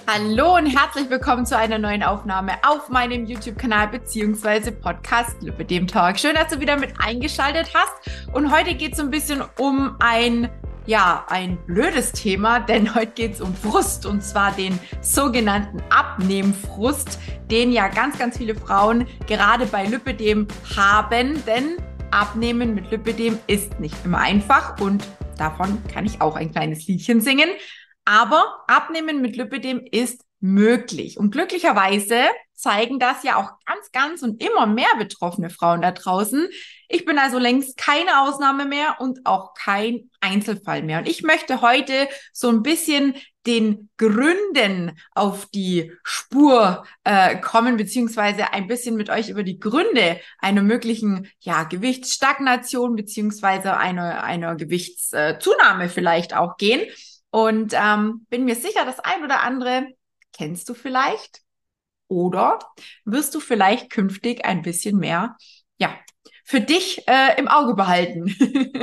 Hallo und herzlich willkommen zu einer neuen Aufnahme auf meinem YouTube-Kanal bzw. Podcast Lipidem Talk. Schön, dass du wieder mit eingeschaltet hast. Und heute geht es so ein bisschen um ein blödes Thema, denn heute geht es um Frust, und zwar den sogenannten Abnehmfrust, den ja ganz, ganz viele Frauen gerade bei Lipidem haben, denn Abnehmen mit Lipidem ist nicht immer einfach und davon kann ich auch ein kleines Liedchen singen. Aber Abnehmen mit Lipidem ist möglich. Und glücklicherweise zeigen das ja auch ganz, ganz und immer mehr betroffene Frauen da draußen. Ich bin also längst keine Ausnahme mehr und auch kein Einzelfall mehr. Und ich möchte heute so ein bisschen den Gründen auf die Spur kommen, beziehungsweise ein bisschen mit euch über die Gründe einer möglichen Gewichtsstagnation beziehungsweise einer Gewichtszunahme vielleicht auch gehen. Und bin mir sicher, das ein oder andere kennst du vielleicht oder wirst du vielleicht künftig ein bisschen mehr, für dich im Auge behalten.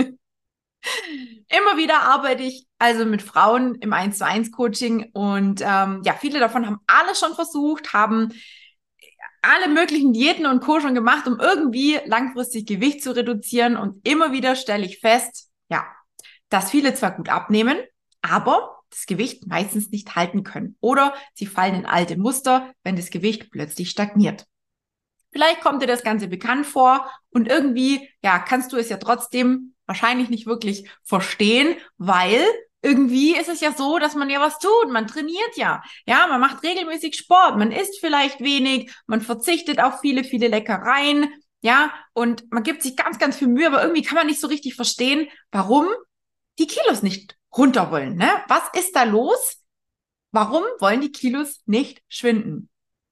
Immer wieder arbeite ich also mit Frauen im 1:1 Coaching und viele davon haben alles schon versucht, haben alle möglichen Diäten und Co. schon gemacht, um irgendwie langfristig Gewicht zu reduzieren, und immer wieder stelle ich fest, dass viele zwar gut abnehmen, aber das Gewicht meistens nicht halten können. Oder sie fallen in alte Muster, wenn das Gewicht plötzlich stagniert. Vielleicht kommt dir das Ganze bekannt vor und irgendwie, kannst du es ja trotzdem wahrscheinlich nicht wirklich verstehen, weil irgendwie ist es ja so, dass man ja was tut. Man trainiert ja. Ja, man macht regelmäßig Sport. Man isst vielleicht wenig. Man verzichtet auf viele, viele Leckereien. Ja, und man gibt sich ganz, ganz viel Mühe, aber irgendwie kann man nicht so richtig verstehen, warum die Kilos nicht runter wollen. Ne? Was ist da los? Warum wollen die Kilos nicht schwinden?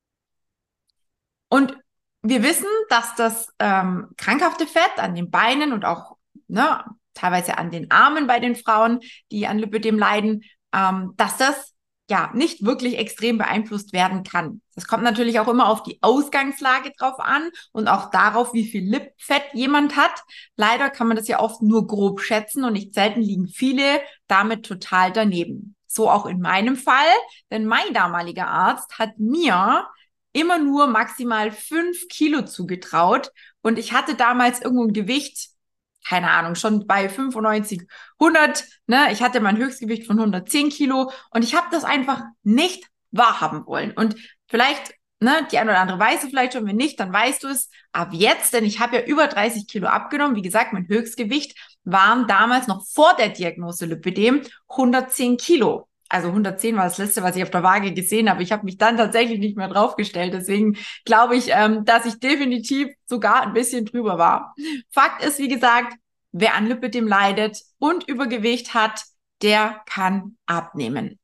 Und wir wissen, dass das krankhafte Fett an den Beinen und auch teilweise an den Armen bei den Frauen, die an Lipödem leiden, dass das nicht wirklich extrem beeinflusst werden kann. Das kommt natürlich auch immer auf die Ausgangslage drauf an und auch darauf, wie viel Lipfett jemand hat. Leider kann man das ja oft nur grob schätzen und nicht selten liegen viele damit total daneben. So auch in meinem Fall, denn mein damaliger Arzt hat mir immer nur maximal 5 Kilo zugetraut und ich hatte damals irgendwo ein Gewicht, keine Ahnung, schon bei 95, 100, ne? Ich hatte mein Höchstgewicht von 110 Kilo und ich habe das einfach nicht wahrhaben wollen. Und vielleicht, die eine oder andere weiß es vielleicht schon, wenn nicht, dann weißt du es ab jetzt, denn ich habe ja über 30 Kilo abgenommen. Wie gesagt, mein Höchstgewicht waren damals noch vor der Diagnose Lipödem 110 Kilo. Also 110 war das letzte, was ich auf der Waage gesehen habe. Ich habe mich dann tatsächlich nicht mehr draufgestellt. Deswegen glaube ich, dass ich definitiv sogar ein bisschen drüber war. Fakt ist, wie gesagt, wer an Lipödem leidet und Übergewicht hat, der kann abnehmen.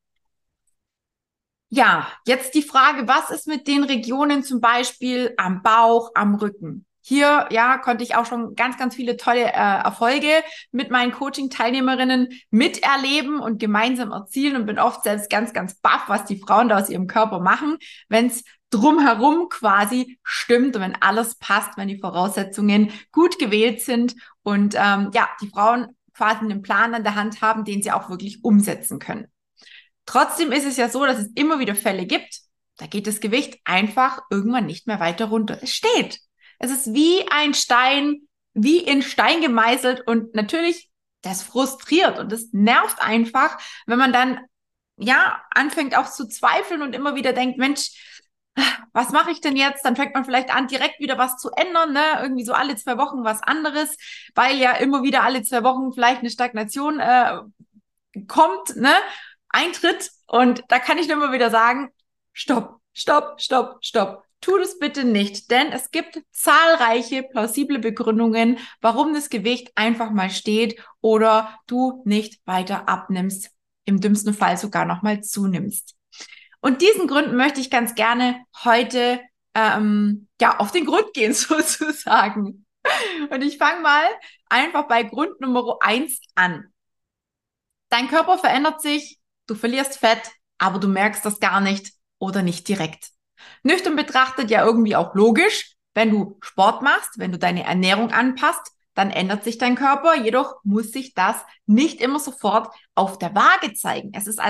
Ja, jetzt die Frage, was ist mit den Regionen zum Beispiel am Bauch, am Rücken? Hier, konnte ich auch schon ganz, ganz viele tolle Erfolge mit meinen Coaching-Teilnehmerinnen miterleben und gemeinsam erzielen und bin oft selbst ganz, ganz baff, was die Frauen da aus ihrem Körper machen, wenn es drumherum quasi stimmt und wenn alles passt, wenn die Voraussetzungen gut gewählt sind und die Frauen quasi einen Plan an der Hand haben, den sie auch wirklich umsetzen können. Trotzdem ist es ja so, dass es immer wieder Fälle gibt, da geht das Gewicht einfach irgendwann nicht mehr weiter runter. Es steht. Es ist wie ein Stein, wie in Stein gemeißelt, und natürlich, das frustriert und das nervt einfach, wenn man dann anfängt auch zu zweifeln und immer wieder denkt, Mensch, was mache ich denn jetzt? Dann fängt man vielleicht an, direkt wieder was zu ändern, ne? Irgendwie so alle 2 Wochen was anderes, weil ja immer wieder alle 2 Wochen vielleicht eine Stagnation kommt, ne? Eintritt. Und da kann ich nur immer wieder sagen, stopp, stopp, stopp, stopp. Tu das bitte nicht, denn es gibt zahlreiche plausible Begründungen, warum das Gewicht einfach mal steht oder du nicht weiter abnimmst, im dümmsten Fall sogar nochmal zunimmst. Und diesen Gründen möchte ich ganz gerne heute auf den Grund gehen sozusagen. Und ich fange mal einfach bei Grund Nummer 1 an. Dein Körper verändert sich, du verlierst Fett, aber du merkst das gar nicht oder nicht direkt. Nüchtern betrachtet ja irgendwie auch logisch. Wenn du Sport machst, wenn du deine Ernährung anpasst, dann ändert sich dein Körper. Jedoch muss sich das nicht immer sofort auf der Waage zeigen. Es ist also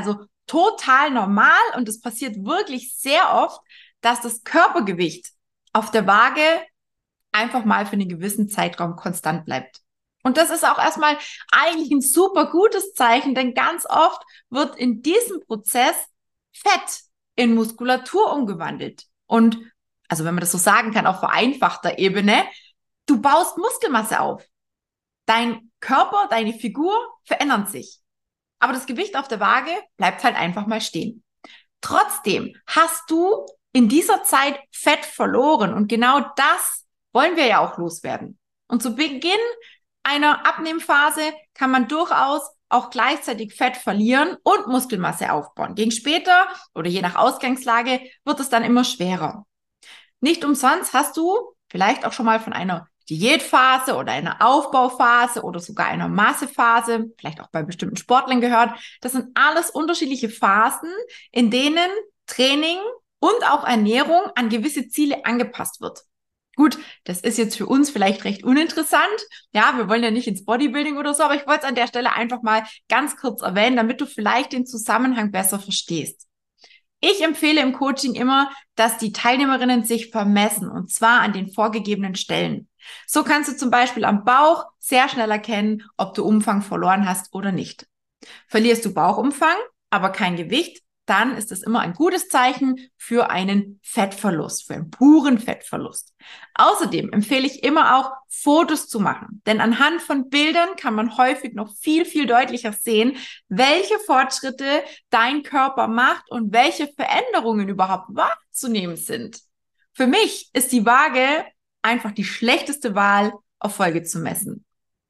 total normal und es passiert wirklich sehr oft, dass das Körpergewicht auf der Waage einfach mal für einen gewissen Zeitraum konstant bleibt. Und das ist auch erstmal eigentlich ein super gutes Zeichen, denn ganz oft wird in diesem Prozess Fett in Muskulatur umgewandelt. Und also wenn man das so sagen kann, auf vereinfachter Ebene, du baust Muskelmasse auf. Dein Körper, deine Figur verändern sich. Aber das Gewicht auf der Waage bleibt halt einfach mal stehen. Trotzdem hast du in dieser Zeit Fett verloren und genau das wollen wir ja auch loswerden. Und zu Beginn einer Abnehmphase kann man durchaus auch gleichzeitig Fett verlieren und Muskelmasse aufbauen. Gegen später oder je nach Ausgangslage wird es dann immer schwerer. Nicht umsonst hast du vielleicht auch schon mal von einer Diätphase oder einer Aufbauphase oder sogar einer Massephase, vielleicht auch bei bestimmten Sportlern gehört. Das sind alles unterschiedliche Phasen, in denen Training und auch Ernährung an gewisse Ziele angepasst wird. Gut, das ist jetzt für uns vielleicht recht uninteressant. Ja, wir wollen ja nicht ins Bodybuilding oder so, aber ich wollte es an der Stelle einfach mal ganz kurz erwähnen, damit du vielleicht den Zusammenhang besser verstehst. Ich empfehle im Coaching immer, dass die Teilnehmerinnen sich vermessen und zwar an den vorgegebenen Stellen. So kannst du zum Beispiel am Bauch sehr schnell erkennen, ob du Umfang verloren hast oder nicht. Verlierst du Bauchumfang, aber kein Gewicht, dann ist es immer ein gutes Zeichen für einen Fettverlust, für einen puren Fettverlust. Außerdem empfehle ich immer auch, Fotos zu machen, denn anhand von Bildern kann man häufig noch viel, viel deutlicher sehen, welche Fortschritte dein Körper macht und welche Veränderungen überhaupt wahrzunehmen sind. Für mich ist die Waage einfach die schlechteste Wahl, Erfolge zu messen.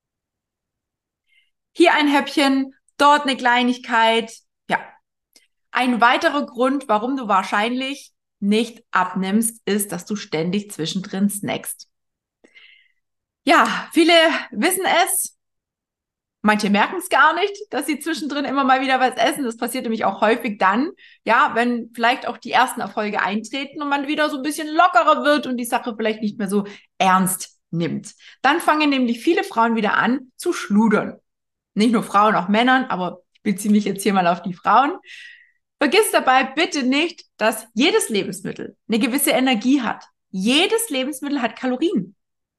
Hier ein Häppchen, dort eine Kleinigkeit. Ja, ein weiterer Grund, warum du wahrscheinlich nicht abnimmst, ist, dass du ständig zwischendrin snackst. Ja, viele wissen es. Manche merken es gar nicht, dass sie zwischendrin immer mal wieder was essen. Das passiert nämlich auch häufig dann, ja, wenn vielleicht auch die ersten Erfolge eintreten und man wieder so ein bisschen lockerer wird und die Sache vielleicht nicht mehr so ernst nimmt. Dann fangen nämlich viele Frauen wieder an zu schludern. Nicht nur Frauen, auch Männern, aber ich beziehe mich jetzt hier mal auf die Frauen. Vergiss dabei bitte nicht, dass jedes Lebensmittel eine gewisse Energie hat. Jedes Lebensmittel hat Kalorien.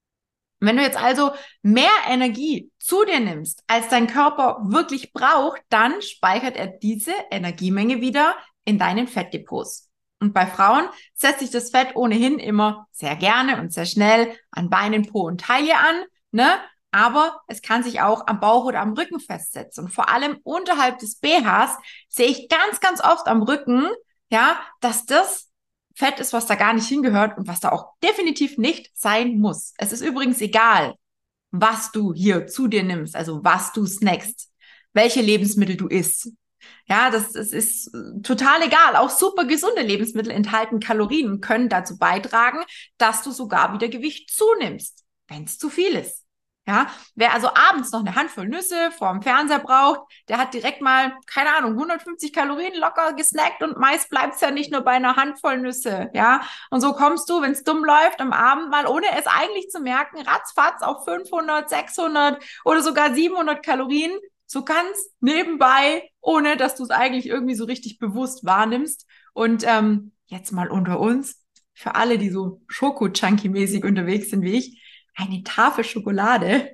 Wenn du jetzt also mehr Energie zu dir nimmst, als dein Körper wirklich braucht, dann speichert er diese Energiemenge wieder in deinen Fettdepots. Und bei Frauen setzt sich das Fett ohnehin immer sehr gerne und sehr schnell an Beinen, Po und Taille an, ne? Aber es kann sich auch am Bauch oder am Rücken festsetzen. Und vor allem unterhalb des BHs sehe ich ganz, ganz oft am Rücken, ja, dass das Fett ist, was da gar nicht hingehört und was da auch definitiv nicht sein muss. Es ist übrigens egal, was du hier zu dir nimmst, also was du snackst, welche Lebensmittel du isst. Ja, das ist total egal. Auch super gesunde Lebensmittel enthalten Kalorien und können dazu beitragen, dass du sogar wieder Gewicht zunimmst, wenn es zu viel ist. Ja, wer also abends noch eine Handvoll Nüsse vorm Fernseher braucht, der hat direkt mal, keine Ahnung, 150 Kalorien locker gesnackt und meist bleibt es ja nicht nur bei einer Handvoll Nüsse, ja. Und so kommst du, wenn es dumm läuft, am Abend mal, ohne es eigentlich zu merken, ratzfatz auf 500, 600 oder sogar 700 Kalorien, so ganz nebenbei, ohne dass du es eigentlich irgendwie so richtig bewusst wahrnimmst. Und jetzt mal unter uns, für alle, die so Schoko-Junkie-mäßig unterwegs sind wie ich, eine Tafel Schokolade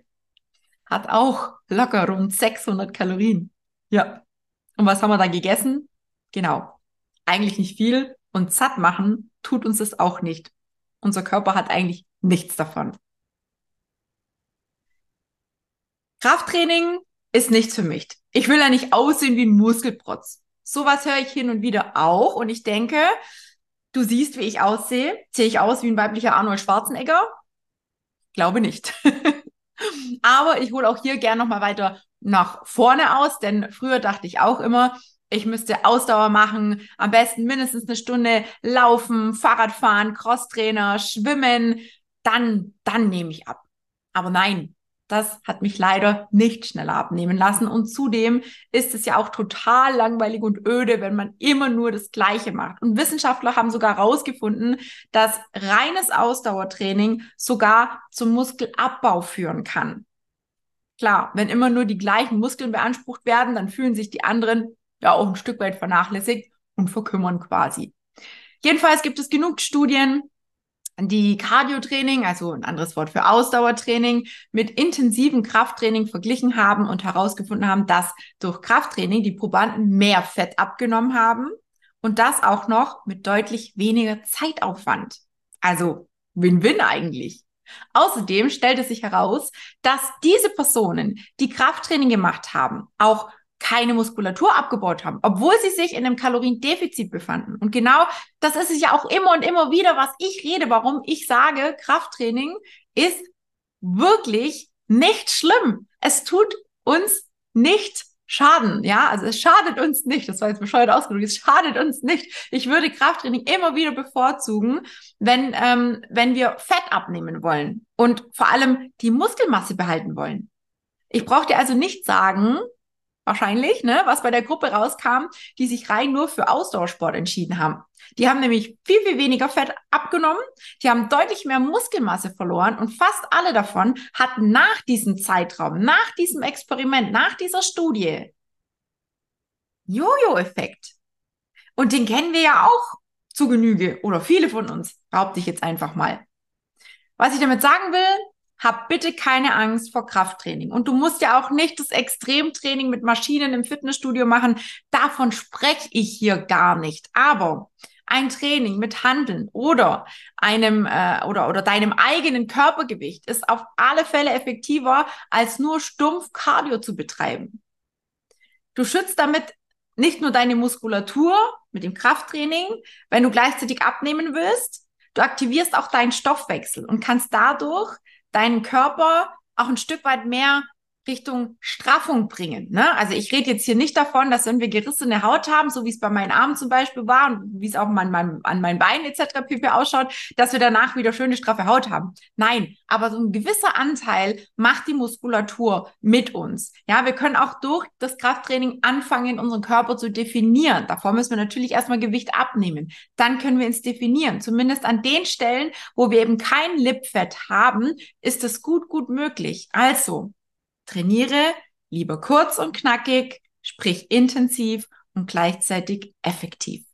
hat auch locker rund 600 Kalorien. Ja. Und was haben wir da gegessen? Genau. Eigentlich nicht viel. Und satt machen tut uns das auch nicht. Unser Körper hat eigentlich nichts davon. Krafttraining ist nichts für mich. Ich will ja nicht aussehen wie ein Muskelprotz. Sowas höre ich hin und wieder auch. Und ich denke, du siehst, wie ich aussehe. Sehe ich aus wie ein weiblicher Arnold Schwarzenegger? Glaube nicht. Aber ich hole auch hier gern nochmal weiter nach vorne aus, denn früher dachte ich auch immer, ich müsste Ausdauer machen, am besten mindestens eine Stunde laufen, Fahrradfahren, Crosstrainer, schwimmen, dann nehme ich ab. Aber nein, das hat mich leider nicht schneller abnehmen lassen. Und zudem ist es ja auch total langweilig und öde, wenn man immer nur das Gleiche macht. Und Wissenschaftler haben sogar herausgefunden, dass reines Ausdauertraining sogar zum Muskelabbau führen kann. Klar, wenn immer nur die gleichen Muskeln beansprucht werden, dann fühlen sich die anderen ja auch ein Stück weit vernachlässigt und verkümmern quasi. Jedenfalls gibt es genug Studien, die Cardio-Training, also ein anderes Wort für Ausdauertraining, mit intensivem Krafttraining verglichen haben und herausgefunden haben, dass durch Krafttraining die Probanden mehr Fett abgenommen haben und das auch noch mit deutlich weniger Zeitaufwand. Also Win-Win eigentlich. Außerdem stellte sich heraus, dass diese Personen, die Krafttraining gemacht haben, auch keine Muskulatur abgebaut haben, obwohl sie sich in einem Kaloriendefizit befanden. Und genau das ist es ja auch immer und immer wieder, was ich rede, warum ich sage, Krafttraining ist wirklich nicht schlimm. Es tut uns nicht schaden, ja, also es schadet uns nicht, das war jetzt bescheuert ausgedrückt, es schadet uns nicht. Ich würde Krafttraining immer wieder bevorzugen, wenn wir Fett abnehmen wollen und vor allem die Muskelmasse behalten wollen. Ich brauche dir also nicht sagen, wahrscheinlich, ne, was bei der Gruppe rauskam, die sich rein nur für Ausdauersport entschieden haben. Die haben nämlich viel, viel weniger Fett abgenommen, die haben deutlich mehr Muskelmasse verloren und fast alle davon hatten nach diesem Zeitraum, nach diesem Experiment, nach dieser Studie Jojo-Effekt. Und den kennen wir ja auch zu Genüge oder viele von uns, behaupte ich jetzt einfach mal. Was ich damit sagen will, hab bitte keine Angst vor Krafttraining. Und du musst ja auch nicht das Extremtraining mit Maschinen im Fitnessstudio machen. Davon spreche ich hier gar nicht. Aber ein Training mit Hanteln oder einem oder deinem eigenen Körpergewicht ist auf alle Fälle effektiver, als nur stumpf Cardio zu betreiben. Du schützt damit nicht nur deine Muskulatur mit dem Krafttraining, wenn du gleichzeitig abnehmen willst, du aktivierst auch deinen Stoffwechsel und kannst dadurch deinen Körper auch ein Stück weit mehr Richtung Straffung bringen. Ne? Also ich rede jetzt hier nicht davon, dass wenn wir gerissene Haut haben, so wie es bei meinen Armen zum Beispiel war und wie es auch an meinen Beinen etc. pp. Ausschaut, dass wir danach wieder schöne straffe Haut haben. Nein, aber so ein gewisser Anteil macht die Muskulatur mit uns. Ja, wir können auch durch das Krafttraining anfangen, unseren Körper zu definieren. Davor müssen wir natürlich erstmal Gewicht abnehmen. Dann können wir uns definieren. Zumindest an den Stellen, wo wir eben kein Lipfett haben, ist es gut möglich. Also, trainiere lieber kurz und knackig, sprich intensiv und gleichzeitig effektiv.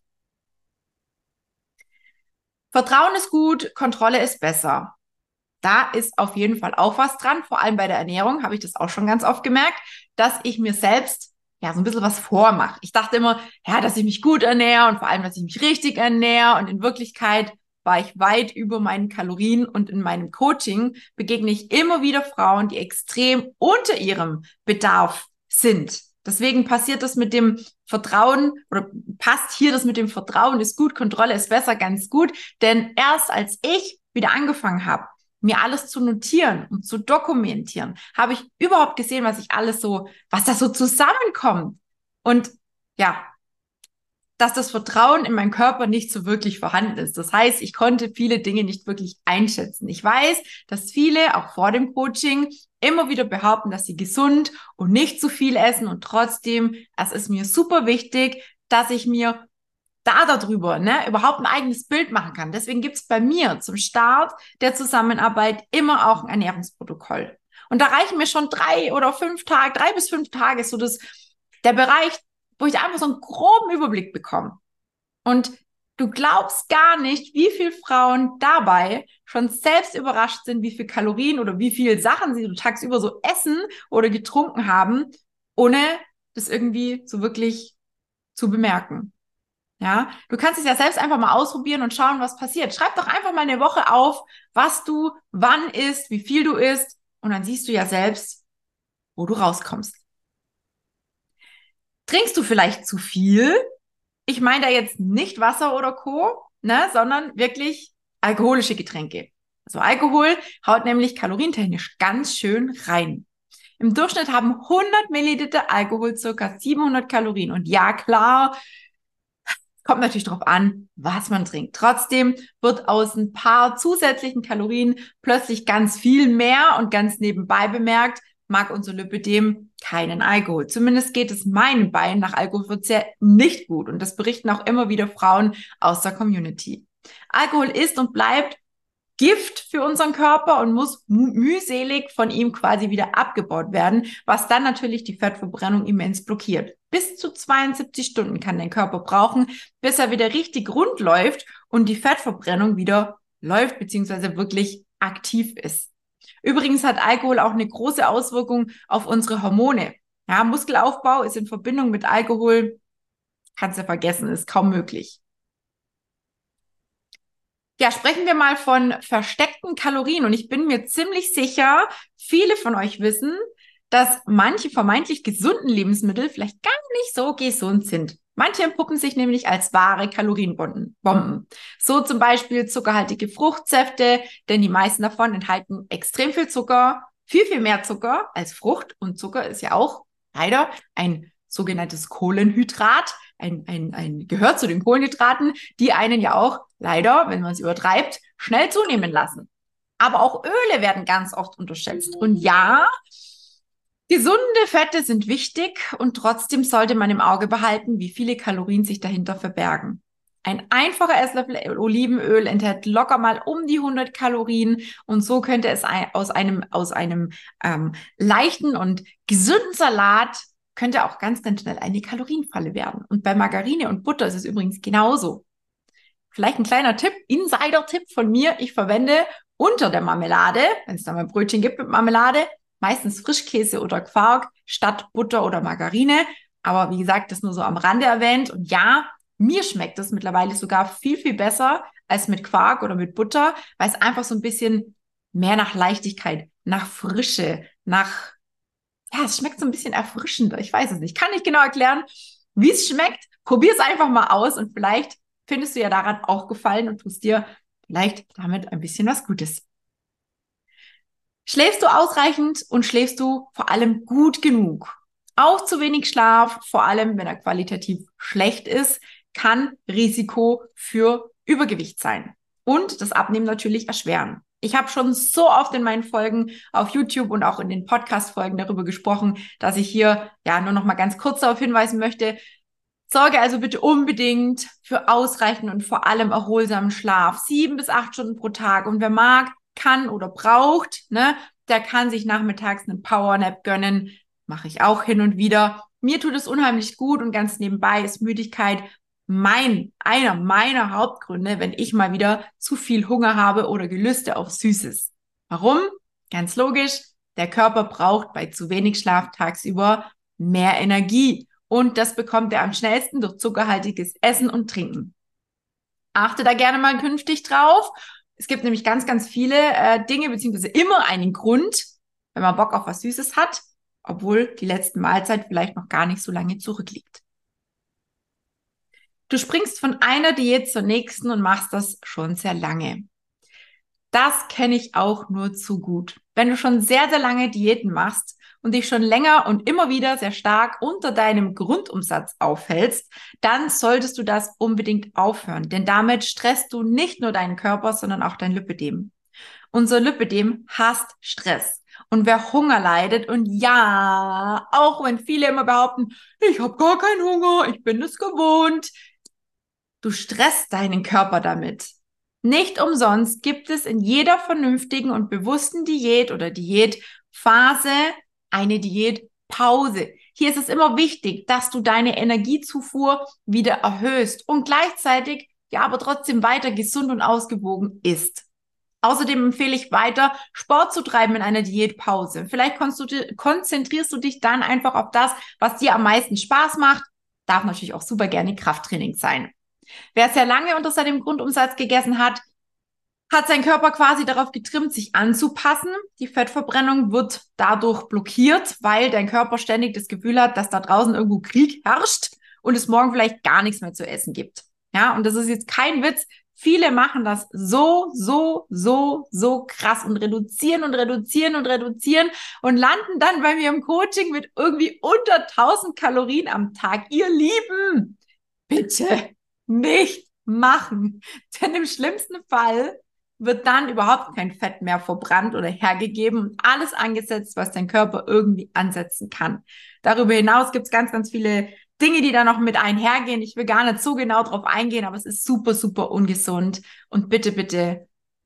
Vertrauen ist gut, Kontrolle ist besser. Da ist auf jeden Fall auch was dran. Vor allem bei der Ernährung habe ich das auch schon ganz oft gemerkt, dass ich mir selbst ja so ein bisschen was vormache. Ich dachte immer, ja, dass ich mich gut ernähre und vor allem, dass ich mich richtig ernähre. Und in Wirklichkeit war ich weit über meinen Kalorien und in meinem Coaching begegne ich immer wieder Frauen, die extrem unter ihrem Bedarf sind. Deswegen passiert das mit dem Vertrauen oder passt hier das mit dem Vertrauen ist gut, Kontrolle ist besser ganz gut. Denn erst als ich wieder angefangen habe, mir alles zu notieren und zu dokumentieren, habe ich überhaupt gesehen, was da so zusammenkommt. Und ja, dass das Vertrauen in meinen Körper nicht so wirklich vorhanden ist. Das heißt, ich konnte viele Dinge nicht wirklich einschätzen. Ich weiß, dass viele, auch vor dem Coaching, immer wieder behaupten, dass sie gesund und nicht zu viel essen und trotzdem, es ist mir super wichtig, dass ich mir darüber überhaupt ein eigenes Bild machen kann. Deswegen gibt es bei mir zum Start der Zusammenarbeit immer auch ein Ernährungsprotokoll. Und da reichen mir schon 3 bis 5 Tage, so der Bereich, wo ich einfach so einen groben Überblick bekomme. Und du glaubst gar nicht, wie viele Frauen dabei schon selbst überrascht sind, wie viel Kalorien oder wie viele Sachen sie so tagsüber so essen oder getrunken haben, ohne das irgendwie so wirklich zu bemerken. Ja, du kannst es ja selbst einfach mal ausprobieren und schauen, was passiert. Schreib doch einfach mal eine Woche auf, was du wann isst, wie viel du isst und dann siehst du ja selbst, wo du rauskommst. Trinkst du vielleicht zu viel? Ich meine da jetzt nicht Wasser oder Co., sondern wirklich alkoholische Getränke. Also Alkohol haut nämlich kalorientechnisch ganz schön rein. Im Durchschnitt haben 100 Milliliter Alkohol circa 700 Kalorien. Und ja, klar, kommt natürlich darauf an, was man trinkt. Trotzdem wird aus ein paar zusätzlichen Kalorien plötzlich ganz viel mehr und ganz nebenbei bemerkt, mag unser Lipödem keinen Alkohol. Zumindest geht es meinen Beinen nach Alkoholverzehr nicht gut. Und das berichten auch immer wieder Frauen aus der Community. Alkohol ist und bleibt Gift für unseren Körper und muss mühselig von ihm quasi wieder abgebaut werden, was dann natürlich die Fettverbrennung immens blockiert. Bis zu 72 Stunden kann dein Körper brauchen, bis er wieder richtig rund läuft und die Fettverbrennung wieder läuft bzw. wirklich aktiv ist. Übrigens hat Alkohol auch eine große Auswirkung auf unsere Hormone. Ja, Muskelaufbau ist in Verbindung mit Alkohol, kannst du vergessen, ist kaum möglich. Ja, sprechen wir mal von versteckten Kalorien. Und ich bin mir ziemlich sicher, viele von euch wissen, dass manche vermeintlich gesunden Lebensmittel vielleicht gar nicht so gesund sind. Manche entpuppen sich nämlich als wahre Kalorienbomben. So zum Beispiel zuckerhaltige Fruchtsäfte, denn die meisten davon enthalten extrem viel Zucker, viel, viel mehr Zucker als Frucht. Und Zucker ist ja auch leider ein sogenanntes Kohlenhydrat. Gehört zu den Kohlenhydraten, die einen ja auch leider, wenn man es übertreibt, schnell zunehmen lassen. Aber auch Öle werden ganz oft unterschätzt. Und ja, gesunde Fette sind wichtig und trotzdem sollte man im Auge behalten, wie viele Kalorien sich dahinter verbergen. Ein einfacher Esslöffel Olivenöl enthält locker mal um die 100 Kalorien und so könnte es aus einem leichten und gesunden Salat könnte auch ganz, ganz schnell eine Kalorienfalle werden. Und bei Margarine und Butter ist es übrigens genauso. Vielleicht ein kleiner Tipp, Insider-Tipp von mir. Ich verwende unter der Marmelade, wenn es da mal Brötchen gibt mit Marmelade, meistens Frischkäse oder Quark statt Butter oder Margarine. Aber wie gesagt, das nur so am Rande erwähnt. Und ja, mir schmeckt das mittlerweile sogar viel, viel besser als mit Quark oder mit Butter, weil es einfach so ein bisschen mehr nach Leichtigkeit, nach Frische, es schmeckt so ein bisschen erfrischender. Ich weiß es nicht. Kann nicht genau erklären, wie es schmeckt. Probier es einfach mal aus und vielleicht findest du ja daran auch Gefallen und tust dir vielleicht damit ein bisschen was Gutes. Schläfst du ausreichend und schläfst du vor allem gut genug? Auch zu wenig Schlaf, vor allem wenn er qualitativ schlecht ist, kann Risiko für Übergewicht sein und das Abnehmen natürlich erschweren. Ich habe schon so oft in meinen Folgen auf YouTube und auch in den Podcast-Folgen darüber gesprochen, dass ich hier ja nur noch mal ganz kurz darauf hinweisen möchte. Sorge also bitte unbedingt für ausreichend und vor allem erholsamen Schlaf. 7 bis 8 Stunden pro Tag. Und wer mag, kann oder braucht, ne, der kann sich nachmittags einen Powernap gönnen. Mache ich auch hin und wieder. Mir tut es unheimlich gut und ganz nebenbei ist Müdigkeit einer meiner Hauptgründe, wenn ich mal wieder zu viel Hunger habe oder Gelüste auf Süßes. Warum? Ganz logisch. Der Körper braucht bei zu wenig Schlaf tagsüber mehr Energie. Und das bekommt er am schnellsten durch zuckerhaltiges Essen und Trinken. Achte da gerne mal künftig drauf. Es gibt nämlich ganz, ganz viele Dinge, beziehungsweise immer einen Grund, wenn man Bock auf was Süßes hat, obwohl die letzte Mahlzeit vielleicht noch gar nicht so lange zurückliegt. Du springst von einer Diät zur nächsten und machst das schon sehr lange. Das kenne ich auch nur zu gut. Wenn du schon sehr, sehr lange Diäten machst und dich schon länger und immer wieder sehr stark unter deinem Grundumsatz aufhältst, dann solltest du das unbedingt aufhören, denn damit stresst du nicht nur deinen Körper, sondern auch dein Lipödem. Unser Lipödem hasst Stress. Und wer Hunger leidet, und ja, auch wenn viele immer behaupten, ich habe gar keinen Hunger, ich bin es gewohnt, du stresst deinen Körper damit. Nicht umsonst gibt es in jeder vernünftigen und bewussten Diät oder Diätphase eine Diätpause. Hier ist es immer wichtig, dass du deine Energiezufuhr wieder erhöhst und gleichzeitig ja aber trotzdem weiter gesund und ausgewogen isst. Außerdem empfehle ich weiter, Sport zu treiben in einer Diätpause. Vielleicht konzentrierst du dich dann einfach auf das, was dir am meisten Spaß macht. Darf natürlich auch super gerne Krafttraining sein. Wer sehr lange unter seinem Grundumsatz gegessen hat, hat sein Körper quasi darauf getrimmt, sich anzupassen. Die Fettverbrennung wird dadurch blockiert, weil dein Körper ständig das Gefühl hat, dass da draußen irgendwo Krieg herrscht und es morgen vielleicht gar nichts mehr zu essen gibt. Ja, und das ist jetzt kein Witz. Viele machen das so krass und reduzieren und landen dann bei mir im Coaching mit irgendwie unter 1000 Kalorien am Tag. Ihr Lieben, bitte nicht machen. Denn im schlimmsten Fall wird dann überhaupt kein Fett mehr verbrannt oder hergegeben und alles angesetzt, was dein Körper irgendwie ansetzen kann. Darüber hinaus gibt es ganz, ganz viele Dinge, die da noch mit einhergehen. Ich will gar nicht so genau drauf eingehen, aber es ist super ungesund. Und bitte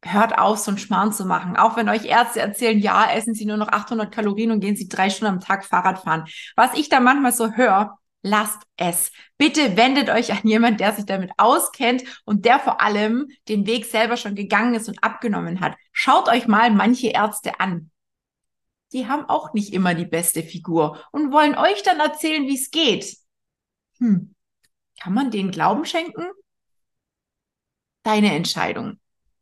hört auf, so einen Schmarrn zu machen. Auch wenn euch Ärzte erzählen, ja, essen Sie nur noch 800 Kalorien und gehen Sie 3 Stunden am Tag Fahrrad fahren. Was ich da manchmal so höre, lasst es. Bitte wendet euch an jemanden, der sich damit auskennt und der vor allem den Weg selber schon gegangen ist und abgenommen hat. Schaut euch mal manche Ärzte an. Die haben auch nicht immer die beste Figur und wollen euch dann erzählen, wie es geht. Kann man denen Glauben schenken? Deine Entscheidung.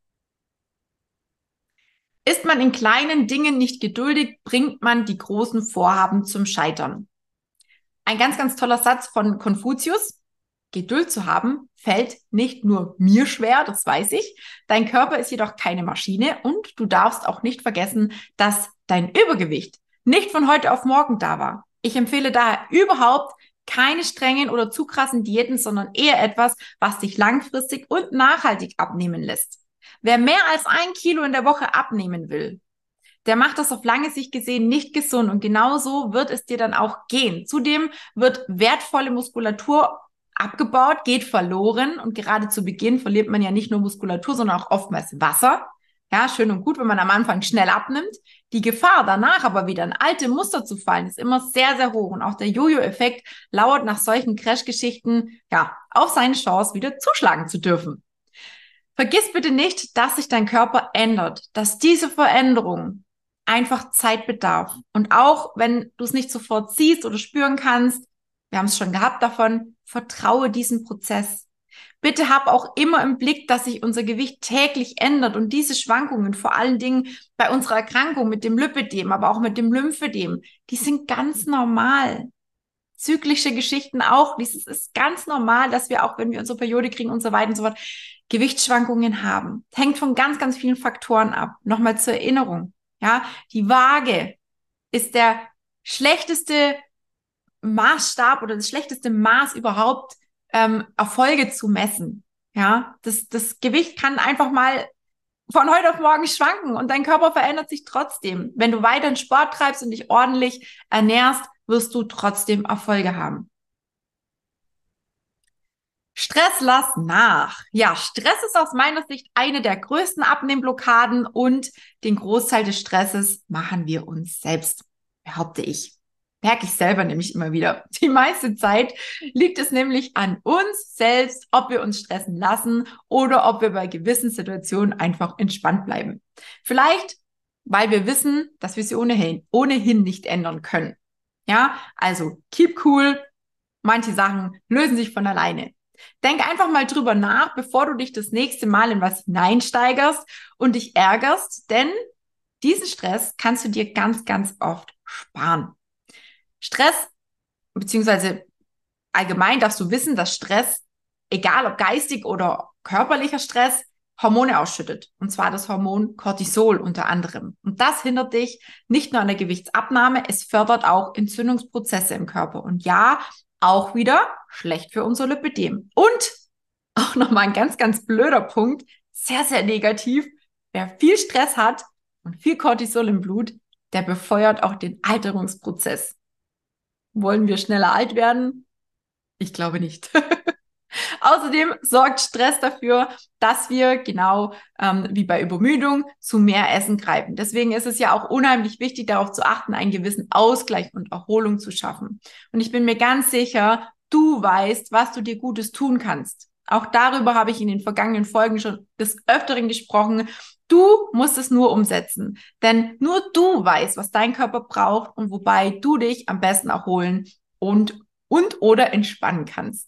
Ist man in kleinen Dingen nicht geduldig, bringt man die großen Vorhaben zum Scheitern. Ein ganz, ganz toller Satz von Konfuzius. Geduld zu haben fällt nicht nur mir schwer, das weiß ich. Dein Körper ist jedoch keine Maschine und du darfst auch nicht vergessen, dass dein Übergewicht nicht von heute auf morgen da war. Ich empfehle daher überhaupt keine strengen oder zu krassen Diäten, sondern eher etwas, was dich langfristig und nachhaltig abnehmen lässt. Wer mehr als 1 Kilo in der Woche abnehmen will, der macht das auf lange Sicht gesehen nicht gesund und genauso wird es dir dann auch gehen. Zudem wird wertvolle Muskulatur abgebaut, geht verloren und gerade zu Beginn verliert man ja nicht nur Muskulatur, sondern auch oftmals Wasser. Ja, schön und gut, wenn man am Anfang schnell abnimmt. Die Gefahr danach aber wieder in alte Muster zu fallen, ist immer sehr, sehr hoch und auch der Jojo-Effekt lauert nach solchen Crash-Geschichten ja auf seine Chance, wieder zuschlagen zu dürfen. Vergiss bitte nicht, dass sich dein Körper ändert, dass diese Veränderung einfach Zeit bedarf. Und auch wenn du es nicht sofort siehst oder spüren kannst, wir haben es schon gehabt davon, vertraue diesem Prozess. Bitte hab auch immer im Blick, dass sich unser Gewicht täglich ändert und diese Schwankungen, vor allen Dingen bei unserer Erkrankung mit dem Lipödem, aber auch mit dem Lymphödem, die sind ganz normal. Zyklische Geschichten auch. Dieses ist ganz normal, dass wir auch, wenn wir unsere Periode kriegen und so weiter und so fort, Gewichtsschwankungen haben. Hängt von ganz, ganz vielen Faktoren ab. Nochmal zur Erinnerung. Ja, die Waage ist der schlechteste Maßstab oder das schlechteste Maß überhaupt, Erfolge zu messen. Ja, das Gewicht kann einfach mal von heute auf morgen schwanken und dein Körper verändert sich trotzdem. Wenn du weiterhin Sport treibst und dich ordentlich ernährst, wirst du trotzdem Erfolge haben. Stress lass nach. Ja, Stress ist aus meiner Sicht eine der größten Abnehmblockaden und den Großteil des Stresses machen wir uns selbst, behaupte ich. Merke ich selber nämlich immer wieder. Die meiste Zeit liegt es nämlich an uns selbst, ob wir uns stressen lassen oder ob wir bei gewissen Situationen einfach entspannt bleiben. Vielleicht, weil wir wissen, dass wir sie ohnehin nicht ändern können. Ja, also keep cool. Manche Sachen lösen sich von alleine. Denk einfach mal drüber nach, bevor du dich das nächste Mal in was hineinsteigerst und dich ärgerst, denn diesen Stress kannst du dir ganz, ganz oft sparen. Stress, beziehungsweise allgemein darfst du wissen, dass Stress, egal ob geistig oder körperlicher Stress, Hormone ausschüttet. Und zwar das Hormon Cortisol unter anderem. Und das hindert dich nicht nur an der Gewichtsabnahme, es fördert auch Entzündungsprozesse im Körper. Und ja, auch wieder schlecht für unser Lipödem. Und auch nochmal ein ganz, ganz blöder Punkt, sehr, sehr negativ. Wer viel Stress hat und viel Cortisol im Blut, der befeuert auch den Alterungsprozess. Wollen wir schneller alt werden? Ich glaube nicht. Außerdem sorgt Stress dafür, dass wir genau wie bei Übermüdung zu mehr Essen greifen. Deswegen ist es ja auch unheimlich wichtig, darauf zu achten, einen gewissen Ausgleich und Erholung zu schaffen. Und ich bin mir ganz sicher, du weißt, was du dir Gutes tun kannst. Auch darüber habe ich in den vergangenen Folgen schon des Öfteren gesprochen. Du musst es nur umsetzen, denn nur du weißt, was dein Körper braucht und wobei du dich am besten erholen und oder entspannen kannst.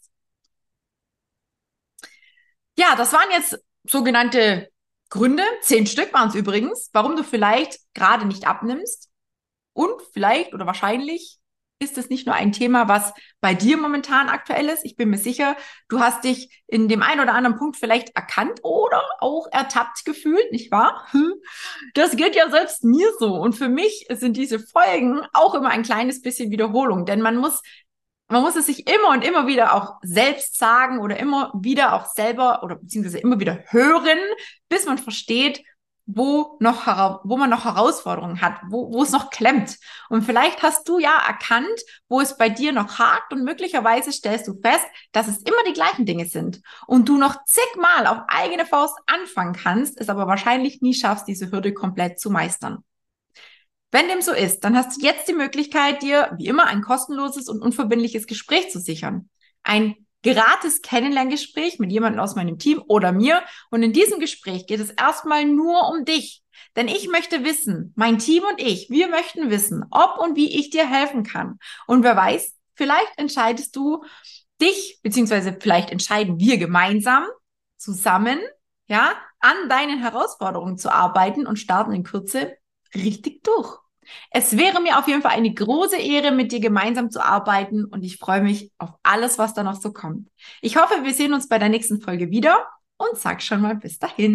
Ja, das waren jetzt sogenannte Gründe, 10 Stück waren es übrigens, warum du vielleicht gerade nicht abnimmst. Und vielleicht oder wahrscheinlich ist es nicht nur ein Thema, was bei dir momentan aktuell ist. Ich bin mir sicher, du hast dich in dem einen oder anderen Punkt vielleicht erkannt oder auch ertappt gefühlt, nicht wahr? Das geht ja selbst mir so. Und für mich sind diese Folgen auch immer ein kleines bisschen Wiederholung, denn man muss es sich immer und immer wieder auch selbst sagen oder immer wieder auch selber oder beziehungsweise immer wieder hören, bis man versteht, wo man noch Herausforderungen hat, wo es noch klemmt. Und vielleicht hast du ja erkannt, wo es bei dir noch hakt und möglicherweise stellst du fest, dass es immer die gleichen Dinge sind und du noch zigmal auf eigene Faust anfangen kannst, es aber wahrscheinlich nie schaffst, diese Hürde komplett zu meistern. Wenn dem so ist, dann hast du jetzt die Möglichkeit, dir wie immer ein kostenloses und unverbindliches Gespräch zu sichern. Ein gratis Kennenlerngespräch mit jemandem aus meinem Team oder mir. Und in diesem Gespräch geht es erstmal nur um dich. Denn ich möchte wissen, mein Team und ich, wir möchten wissen, ob und wie ich dir helfen kann. Und wer weiß, vielleicht entscheidest du dich, beziehungsweise vielleicht entscheiden wir gemeinsam zusammen, ja, an deinen Herausforderungen zu arbeiten und starten in Kürze richtig durch. Es wäre mir auf jeden Fall eine große Ehre, mit dir gemeinsam zu arbeiten und ich freue mich auf alles, was da noch so kommt. Ich hoffe, wir sehen uns bei der nächsten Folge wieder und sag schon mal bis dahin.